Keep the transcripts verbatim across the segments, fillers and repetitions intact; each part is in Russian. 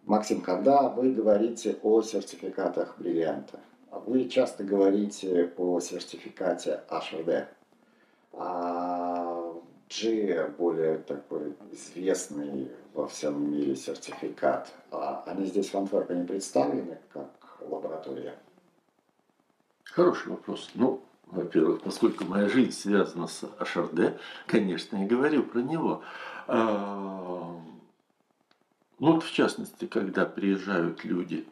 Максим, когда вы говорите о сертификатах бриллианта, вы часто говорите о сертификате эйч эр дэ. А джи более такой известный во всем мире сертификат. А они здесь в Антверпене представлены как лаборатория? Хороший вопрос. Ну, во-первых, поскольку моя жизнь связана с эйч эр дэ, конечно, я говорю про него. А, Ну, вот в частности, когда приезжают люди,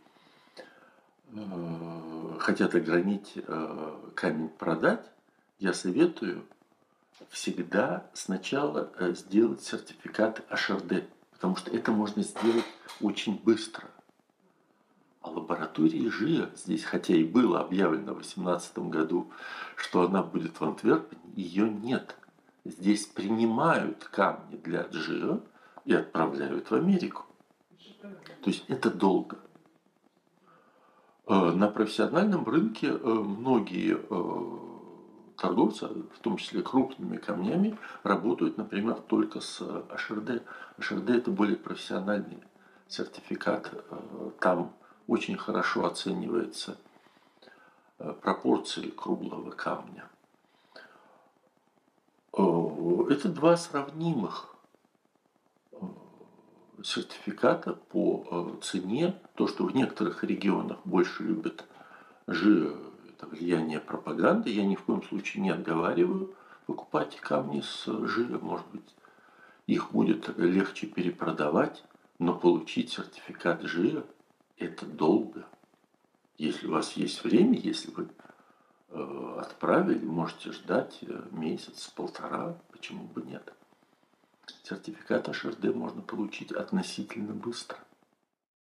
э, хотят огранить э, камень продать, я советую всегда сначала э, сделать сертификат эйч эр дэ, потому что это можно сделать очень быстро. А лаборатории ЖИА здесь, хотя и было объявлено в две тысячи восемнадцатом году, что она будет в Антверпене, ее нет. Здесь принимают камни для ДЖИА и отправляют в Америку. То есть это долго. На профессиональном рынке многие торговцы, в том числе крупными камнями, работают, например, только с эйч эр дэ. эйч эр дэ это более профессиональный сертификат. Там очень хорошо оценивается пропорции круглого камня. Это два сравнимых сертификата по цене. То, что в некоторых регионах больше любят ЖИА, это влияние пропаганды. Я ни в коем случае не отговариваю покупать камни с ЖИА. Может быть, их будет легче перепродавать, но получить сертификат ЖИА – это долго. Если у вас есть время, если вы э, отправили, можете ждать месяц, полтора, почему бы нет. Сертификат эйч эр дэ можно получить относительно быстро.